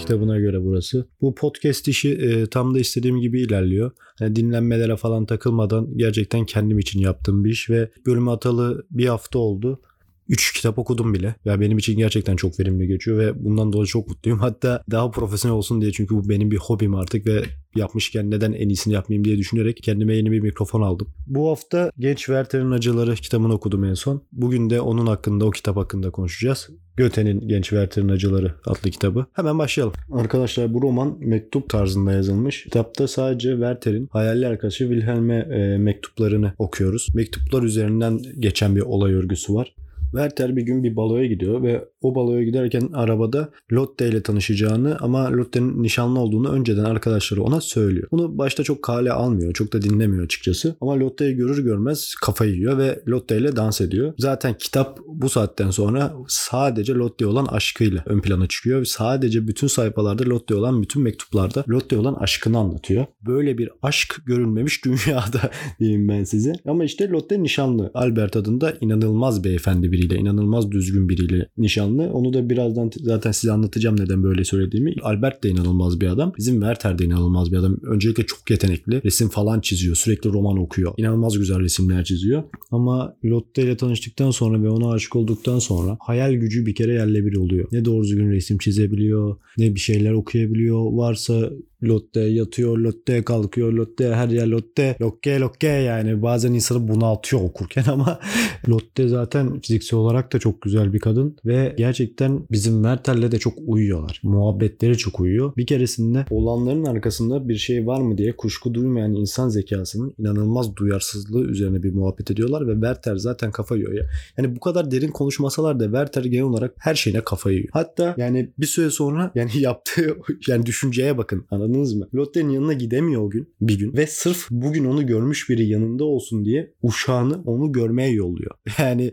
kitabına göre burası. Bu podcast işi tam da istediğim gibi ilerliyor. Yani dinlenmelere falan takılmadan gerçekten kendim için yaptığım bir iş ve bölümü atalı bir hafta oldu. 3 kitap okudum bile. Ya benim için gerçekten çok verimli geçiyor ve bundan dolayı çok mutluyum. Hatta daha profesyonel olsun diye, çünkü bu benim bir hobim artık ve yapmışken neden en iyisini yapmayayım diye düşünerek kendime yeni bir mikrofon aldım. Bu hafta Genç Werther'in Acıları kitabını okudum en son. Bugün de onun hakkında, o kitap hakkında konuşacağız. Goethe'nin Genç Werther'in Acıları adlı kitabı. Hemen başlayalım. Arkadaşlar, bu roman mektup tarzında yazılmış. Kitapta sadece Werther'in hayali arkadaşı Wilhelm'e mektuplarını okuyoruz. Mektuplar üzerinden geçen bir olay örgüsü var. Werther bir gün bir baloya gidiyor ve o baloya giderken arabada Lotte ile tanışacağını ama Lotte'nin nişanlı olduğunu önceden arkadaşları ona söylüyor. Bunu başta çok kale almıyor, çok da dinlemiyor açıkçası. Ama Lotte'yi görür görmez kafayı yiyor ve Lotte ile dans ediyor. Zaten kitap bu saatten sonra sadece Lotte'ye olan aşkıyla ön plana çıkıyor. Sadece bütün sayfalarda Lotte'ye olan, bütün mektuplarda Lotte'ye olan aşkını anlatıyor. Böyle bir aşk görülmemiş dünyada diyeyim ben size. Ama işte Lotte nişanlı. Albert adında inanılmaz beyefendi biriyle, inanılmaz düzgün biriyle nişanlı. Onu da birazdan zaten size anlatacağım neden böyle söylediğimi. Albert de inanılmaz bir adam. Bizim Werther de inanılmaz bir adam. Öncelikle çok yetenekli. Resim falan çiziyor. Sürekli roman okuyor. İnanılmaz güzel resimler çiziyor. Ama Lotte ile tanıştıktan sonra ve ona aşık olduktan sonra hayal gücü bir kere yerle bir oluyor. Ne doğru düzgün resim çizebiliyor, ne bir şeyler okuyabiliyor. Varsa Lotte yatıyor, Lotte kalkıyor, Lotte her yer Lotte, Lokke yani bazen insanı bunaltıyor okurken ama Lotte zaten fiziksel olarak da çok güzel bir kadın ve gerçekten bizim Werther'le de çok uyuyorlar. Muhabbetleri çok uyuyor. Bir keresinde olanların arkasında bir şey var mı diye kuşku duymayan insan zekasının inanılmaz duyarsızlığı üzerine bir muhabbet ediyorlar ve Werther zaten kafa yiyor ya. Yani bu kadar derin konuşmasalar da Werther genel olarak her şeyine kafayı yiyor. Hatta yani bir süre sonra yani yaptığı yani düşünceye bakın, anladınız mı? Lotte'nin yanına gidemiyor o gün, bir gün ve sırf bugün onu görmüş biri yanında olsun diye uşağını onu görmeye yolluyor. Yani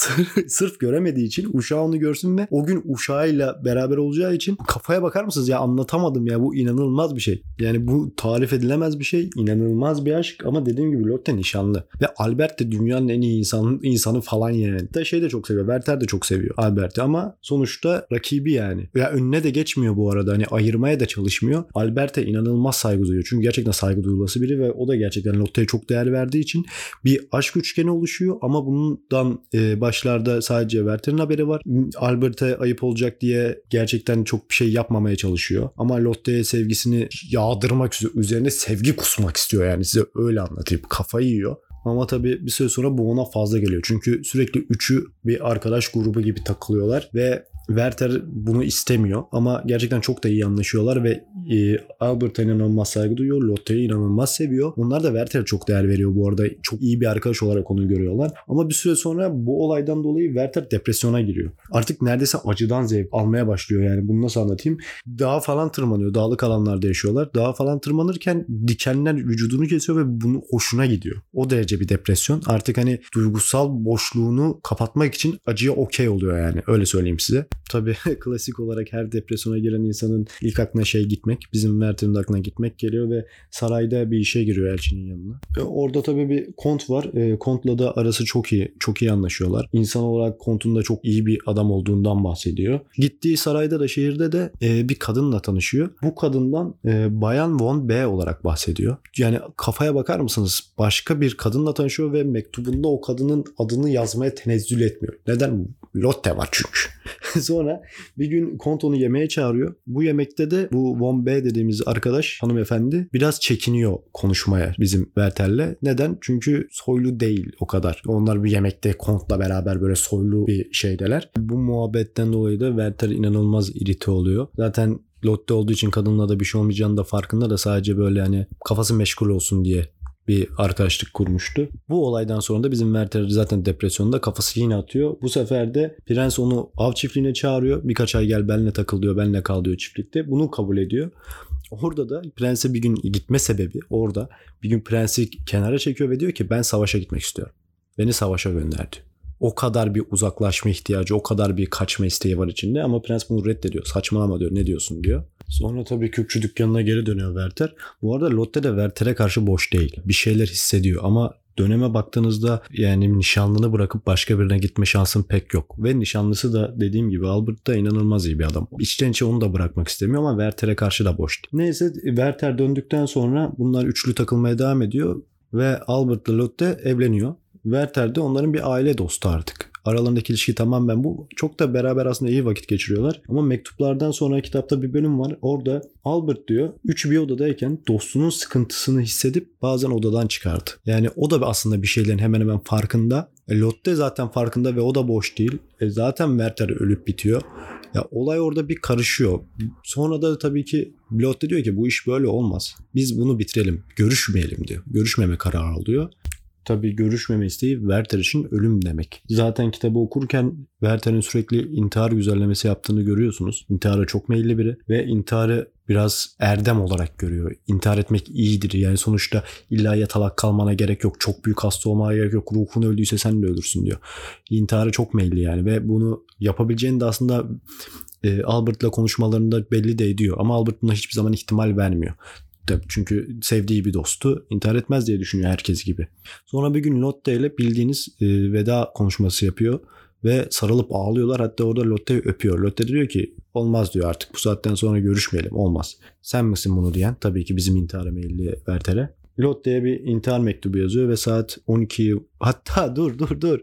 sırf göremediği için uşağı onu görsün ve o gün uşağıyla beraber olacağı için kafaya bakar mısınız ya, anlatamadım ya, bu inanılmaz bir şey. Yani bu tarif edilemez bir şey, inanılmaz bir aşk ama dediğim gibi Lotte nişanlı ve Albert de dünyanın en iyi insanı falan yani. Da şey de çok seviyor, Werther de çok seviyor Albert'i ama sonuçta rakibi yani. Ya önüne de geçmiyor bu arada, hani ayırmaya da çalışmıyor. Albert'e inanılmaz saygı duyuyor. Çünkü gerçekten saygı duyulması biri ve o da gerçekten Lotte'ye çok değer verdiği için bir aşk üçgeni oluşuyor ama bundan başlarda sadece Werther'in haberi var. Albert'e ayıp olacak diye gerçekten çok bir şey yapmamaya çalışıyor. Ama Lotte'ye sevgisini yağdırmak üzerine sevgi kusmak istiyor, yani size öyle anlatayım. Kafayı yiyor. Ama tabii bir süre sonra bu ona fazla geliyor. Çünkü sürekli üçü bir arkadaş grubu gibi takılıyorlar ve Werther bunu istemiyor ama gerçekten çok da iyi anlaşıyorlar ve Albert'a inanılmaz saygı duyuyor. Lotte'yi inanılmaz seviyor. Onlar da Werther'e çok değer veriyor bu arada. Çok iyi bir arkadaş olarak onu görüyorlar. Ama bir süre sonra bu olaydan dolayı Werther depresyona giriyor. Artık neredeyse acıdan zevk almaya başlıyor yani. Bunu nasıl anlatayım? Dağa falan tırmanıyor. Dağlık alanlarda yaşıyorlar. Dağa falan tırmanırken dikenler vücudunu kesiyor ve bunu hoşuna gidiyor. O derece bir depresyon. Artık hani duygusal boşluğunu kapatmak için acıya okey oluyor yani. Öyle söyleyeyim size. Tabii klasik olarak her depresyona giren insanın ilk aklına gitmek, bizim Werther'in aklına gitmek geliyor ve sarayda bir işe giriyor elçinin yanına. Orada tabii bir kont var. Kontla da arası çok iyi. Çok iyi anlaşıyorlar. İnsan olarak kontun da çok iyi bir adam olduğundan bahsediyor. Gittiği sarayda da, şehirde de bir kadınla tanışıyor. Bu kadından Bayan von B olarak bahsediyor. Yani kafaya bakar mısınız? Başka bir kadınla tanışıyor ve mektubunda o kadının adını yazmaya tenezzül etmiyor. Neden? Lotte var çünkü. Sonra bir gün Kont onu yemeğe çağırıyor. Bu yemekte de bu Von B dediğimiz arkadaş, hanımefendi biraz çekiniyor konuşmaya bizim Werther'le. Neden? Çünkü soylu değil o kadar. Onlar bir yemekte Kont'la beraber böyle soylu bir şeydeler. Bu muhabbetten dolayı da Werther inanılmaz irite oluyor. Zaten Lotte olduğu için kadınla da bir şey olmayacağını da farkında, da sadece böyle hani kafası meşgul olsun diye bir arkadaşlık kurmuştu. Bu olaydan sonra da bizim Werther zaten depresyonda, kafası yine atıyor. Bu sefer de prens onu av çiftliğine çağırıyor. Birkaç ay gel benimle takıl diyor, benimle kal diyor çiftlikte. Bunu kabul ediyor. Orada da prense bir gün gitme sebebi, orada bir gün prensi kenara çekiyor ve diyor ki ben savaşa gitmek istiyorum. Beni savaşa gönder diyor. O kadar bir uzaklaşma ihtiyacı, o kadar bir kaçma isteği var içinde ama prens bunu reddediyor. Saçmalama diyor, ne diyorsun diyor. Sonra tabii Kürkçü dükkanına geri dönüyor Werther. Bu arada Lotte de Werther'e karşı boş değil. Bir şeyler hissediyor ama döneme baktığınızda yani nişanlını bırakıp başka birine gitme şansın pek yok. Ve nişanlısı da dediğim gibi Albert da inanılmaz iyi bir adam. İçten içe onu da bırakmak istemiyor ama Werther'e karşı da boş. Neyse Werther döndükten sonra bunlar üçlü takılmaya devam ediyor ve Albert'la Lotte evleniyor. Werther de onların bir aile dostu artık. Aralarındaki ilişki tamamen bu. Çok da beraber aslında iyi vakit geçiriyorlar. Ama mektuplardan sonra kitapta bir bölüm var. Orada Albert diyor 3 bir odadayken dostunun sıkıntısını hissedip bazen odadan çıkardı. Yani o da aslında bir şeylerin hemen hemen farkında. Lotte zaten farkında ve o da boş değil. Zaten Werther ölüp bitiyor. Ya olay orada bir karışıyor. Sonra da tabii ki Lotte diyor ki bu iş böyle olmaz. Biz bunu bitirelim. Görüşmeyelim diyor. Görüşmeme kararı alıyor. Tabii görüşmeme isteği Werther için ölüm demek. Zaten kitabı okurken Werther'in sürekli intihar güzellemesi yaptığını görüyorsunuz. İntihara çok meyilli biri ve intiharı biraz erdem olarak görüyor. İntihar etmek iyidir. Yani sonuçta illa yatalak kalmana gerek yok. Çok büyük hasta olmana gerek yok. Ruhun öldüyse sen de ölürsün diyor. İntihara çok meyilli yani ve bunu yapabileceğini de aslında Albert'la konuşmalarında belli de ediyor. Ama Albert buna hiçbir zaman ihtimal vermiyor. Çünkü sevdiği bir dostu intihar etmez diye düşünüyor herkes gibi. Sonra bir gün Lotte ile bildiğiniz veda konuşması yapıyor ve sarılıp ağlıyorlar. Hatta orada Lotte'yi öpüyor. Lotte diyor ki olmaz diyor, artık bu saatten sonra görüşmeyelim, olmaz. Sen misin bunu diyen? Tabii ki bizim intihara meyilli Werther'e. Lotte'ye bir intihar mektubu yazıyor ve saat 12'yi hatta dur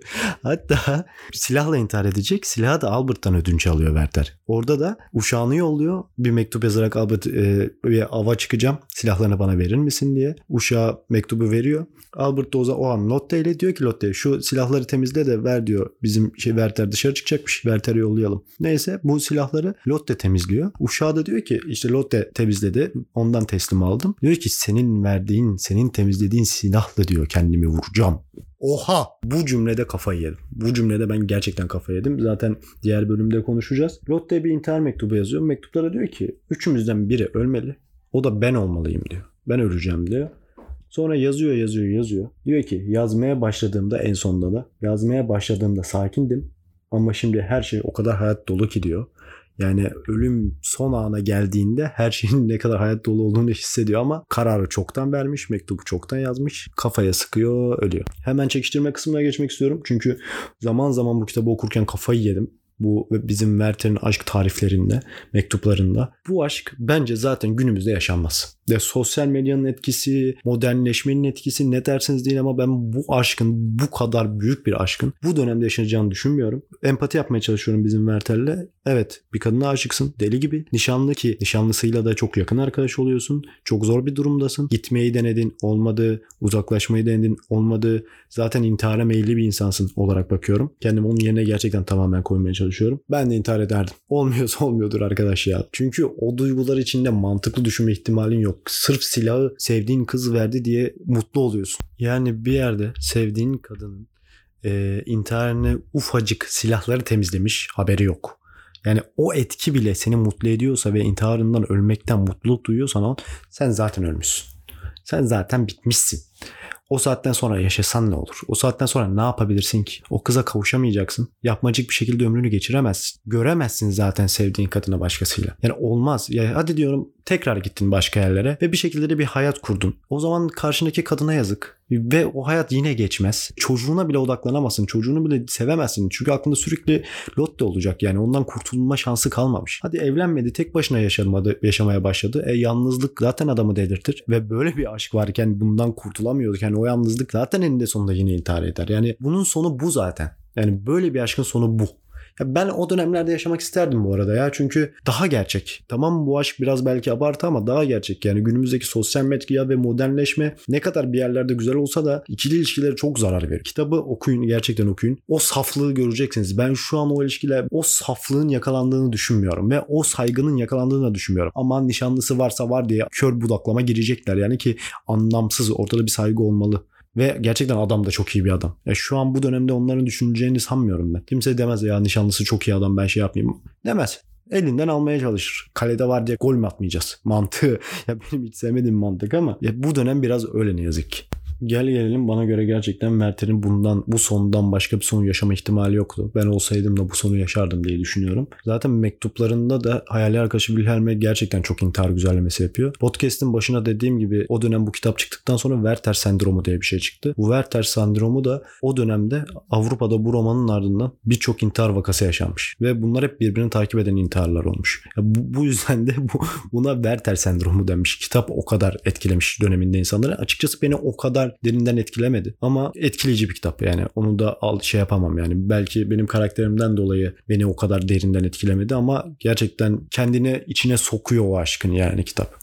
hatta silahla intihar edecek. Silahı da Albert'tan ödünç alıyor Werther. Orada da uşağını yolluyor. Bir mektup yazarak Albert bir ava çıkacağım, silahlarını bana verir misin diye. Uşağa mektubu veriyor. Albert da o an Lotte ile diyor ki Lotte şu silahları temizle de ver diyor. Bizim Werther dışarı çıkacakmış. Werther'i yollayalım. Neyse bu silahları Lotte temizliyor. Uşağı da diyor ki işte Lotte temizledi. Ondan teslim aldım. Diyor ki senin verdiğin, senin temizlediğin silahla diyor kendimi vuracağım. Oha! Bu cümlede kafayı yedim. Bu cümlede ben gerçekten kafayı yedim. Zaten diğer bölümde konuşacağız. Lotte bir intihar mektubu yazıyor. Mektupta da diyor ki üçümüzden biri ölmeli. O da ben olmalıyım diyor. Ben öleceğim diyor. Sonra yazıyor. Diyor ki yazmaya başladığımda, en sonunda da yazmaya başladığımda sakindim. Ama şimdi her şey o kadar hayat dolu ki diyor. Yani ölüm son ana geldiğinde her şeyin ne kadar hayat dolu olduğunu hissediyor ama kararı çoktan vermiş, mektubu çoktan yazmış, kafaya sıkıyor, ölüyor. Hemen çekiştirme kısmına geçmek istiyorum. Çünkü zaman zaman bu kitabı okurken kafayı yedim. Bu bizim Werther'in aşk tariflerinde, mektuplarında. Bu aşk bence zaten günümüzde yaşanmaz. De sosyal medyanın etkisi, modernleşmenin etkisi ne derseniz deyin ama ben bu aşkın, bu kadar büyük bir aşkın bu dönemde yaşanacağını düşünmüyorum. Empati yapmaya çalışıyorum bizim Werther'le. Evet, bir kadına aşıksın deli gibi. Nişanlı ki nişanlısıyla da çok yakın arkadaş oluyorsun. Çok zor bir durumdasın. Gitmeyi denedin, olmadı. Uzaklaşmayı denedin, olmadı. Zaten intihara meyilli bir insansın olarak bakıyorum. Kendimi onun yerine gerçekten tamamen koymaya çalışıyorum. Ben de intihar ederdim. Olmuyorsa olmuyordur arkadaş ya. Çünkü o duygular içinde mantıklı düşünme ihtimalin yok. Sırf silahı sevdiğin kız verdi diye mutlu oluyorsun. Yani bir yerde sevdiğin kadının intiharını ufacık silahları temizlemiş, haberi yok. Yani o etki bile seni mutlu ediyorsa ve intiharından ölmekten mutluluk duyuyorsan sen zaten ölmüşsün. Sen zaten bitmişsin. O saatten sonra yaşasan ne olur? O saatten sonra ne yapabilirsin ki? O kıza kavuşamayacaksın. Yapmacık bir şekilde ömrünü geçiremezsin. Göremezsin zaten sevdiğin kadına başkasıyla. Yani olmaz. Ya hadi diyorum tekrar gittin başka yerlere ve bir şekilde de bir hayat kurdun. O zaman karşındaki kadına yazık. Ve o hayat yine geçmez. Çocuğuna bile odaklanamazsın. Çocuğunu bile sevemezsin. Çünkü aklında sürekli Lotte olacak. Yani ondan kurtulma şansı kalmamış. Hadi evlenmedi. Tek başına yaşamaya başladı. Yalnızlık zaten adamı delirtir. Ve böyle bir aşk varken bundan kurtulamıyorduk. Yani o yalnızlık zaten eninde sonunda yine intihar eder. Yani bunun sonu bu zaten. Yani böyle bir aşkın sonu bu. Ya ben o dönemlerde yaşamak isterdim bu arada ya. Çünkü daha gerçek. Tamam bu aşk biraz belki abartı ama daha gerçek. Yani günümüzdeki sosyal medya ve modernleşme ne kadar bir yerlerde güzel olsa da ikili ilişkilere çok zarar verir. Kitabı okuyun, gerçekten okuyun. O saflığı göreceksiniz. Ben şu an o ilişkiler, o saflığın yakalandığını düşünmüyorum. Ve o saygının yakalandığını da düşünmüyorum. Aman nişanlısı varsa var diye kör budaklama girecekler. Yani ki anlamsız, ortada bir saygı olmalı. Ve gerçekten adam da çok iyi bir adam. Şu an bu dönemde onların düşüneceğini sanmıyorum ben. Kimse demez ya nişanlısı çok iyi adam ben şey yapmayayım. Demez. Elinden almaya çalışır. Kalede var diye gol mü atmayacağız? Mantığı. Ya benim hiç sevmediğim mantık ama bu dönem biraz öyle ne yazık ki. Gel gelelim bana göre gerçekten Werther'in bu sondan başka bir son yaşama ihtimali yoktu. Ben olsaydım da bu sonu yaşardım diye düşünüyorum. Zaten mektuplarında da hayali arkadaşı Wilhelm'e gerçekten çok intihar güzellemesi yapıyor. Podcast'in başına dediğim gibi o dönem bu kitap çıktıktan sonra Werther sendromu diye bir şey çıktı. Bu Werther sendromu da o dönemde Avrupa'da bu romanın ardından birçok intihar vakası yaşanmış. Ve bunlar hep birbirini takip eden intiharlar olmuş. Bu yüzden de buna Werther sendromu denmiş. Kitap o kadar etkilemiş döneminde insanları. Açıkçası beni o kadar derinden etkilemedi. Ama etkileyici bir kitap yani. Onu da yapamam yani. Belki benim karakterimden dolayı beni o kadar derinden etkilemedi ama gerçekten kendine içine sokuyor o aşkın yani kitap.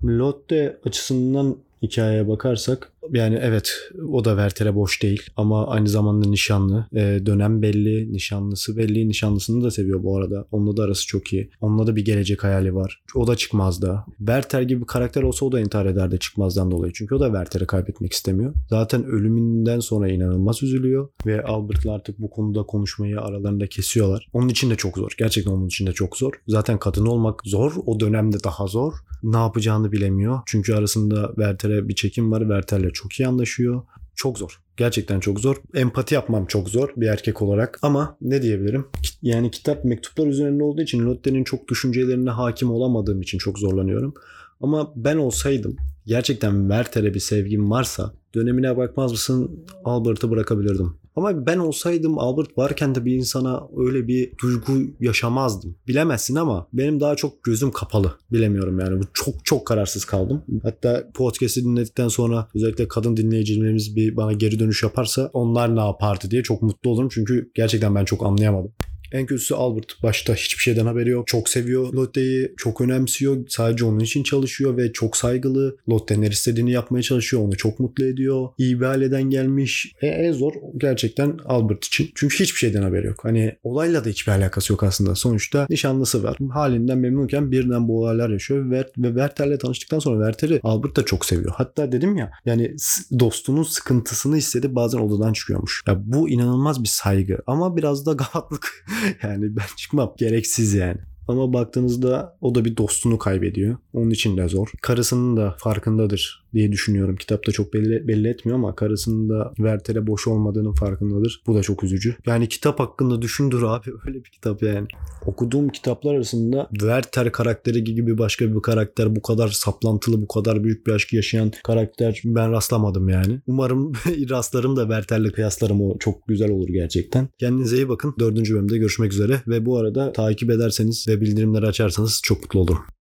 Lotte açısından hikayeye bakarsak yani evet o da Werther'e boş değil ama aynı zamanda nişanlı. Dönem belli, nişanlısı belli. Nişanlısını da seviyor bu arada. Onunla da arası çok iyi. Onunla da bir gelecek hayali var. O da çıkmaz da. Werther gibi bir karakter olsa o da intihar eder de çıkmazdan dolayı. Çünkü o da Werther'i kaybetmek istemiyor. Zaten ölümünden sonra inanılmaz üzülüyor ve Albert'la artık bu konuda konuşmayı aralarında kesiyorlar. Onun için de çok zor. Gerçekten onun için de çok zor. Zaten kadın olmak zor. O dönemde daha zor. Ne yapacağını bilemiyor. Çünkü arasında Werther'e bir çekim var. Werther'le çok iyi anlaşıyor. Çok zor. Gerçekten çok zor. Empati yapmam çok zor bir erkek olarak. Ama ne diyebilirim? Yani kitap mektuplar üzerine olduğu için Lotte'nin çok düşüncelerine hakim olamadığım için çok zorlanıyorum. Ama ben olsaydım gerçekten Werther'e bir sevgim varsa dönemine bakmaz mısın Albert'ı bırakabilirdim. Ama ben olsaydım Albert varken de bir insana öyle bir duygu yaşamazdım. Bilemezsin ama benim daha çok gözüm kapalı. Bilemiyorum yani. Bu çok kararsız kaldım. Hatta podcast'i dinledikten sonra özellikle kadın dinleyicilerimiz bir bana geri dönüş yaparsa onlar ne yapardı diye çok mutlu olurum. Çünkü gerçekten ben çok anlayamadım. En kötüsü Albert başta hiçbir şeyden haberi yok. Çok seviyor Lotte'yi, çok önemsiyor. Sadece onun için çalışıyor ve çok saygılı. Lotte ne istediğini yapmaya çalışıyor. Onu çok mutlu ediyor. İyi bir aileden gelmiş. En zor gerçekten Albert için. Çünkü hiçbir şeyden haberi yok. Hani olayla da hiçbir alakası yok aslında. Sonuçta nişanlısı var. Halinden memnunken birden bu olaylar yaşıyor. Ve Werther'le tanıştıktan sonra Werther'i Albert da çok seviyor. Hatta dedim ya yani dostunun sıkıntısını hissedip bazen odadan çıkıyormuş. Ya bu inanılmaz bir saygı. Ama biraz da gavatlık. Yani ben çıkmam. Gereksiz yani. Ama baktığınızda o da bir dostunu kaybediyor. Onun için de zor. Karısının da farkındadır diye düşünüyorum. Kitapta çok belli etmiyor ama karısının da Werther'e boş olmadığının farkındadır. Bu da çok üzücü. Yani kitap hakkında düşündür abi. Öyle bir kitap yani. Okuduğum kitaplar arasında Werther karakteri gibi başka bir karakter, bu kadar saplantılı, bu kadar büyük bir aşkı yaşayan karakter ben rastlamadım yani. Umarım rastlarım da Werther'le kıyaslarım, o çok güzel olur gerçekten. Kendinize iyi bakın. 4. bölümde görüşmek üzere ve bu arada takip ederseniz ve bildirimleri açarsanız çok mutlu olurum.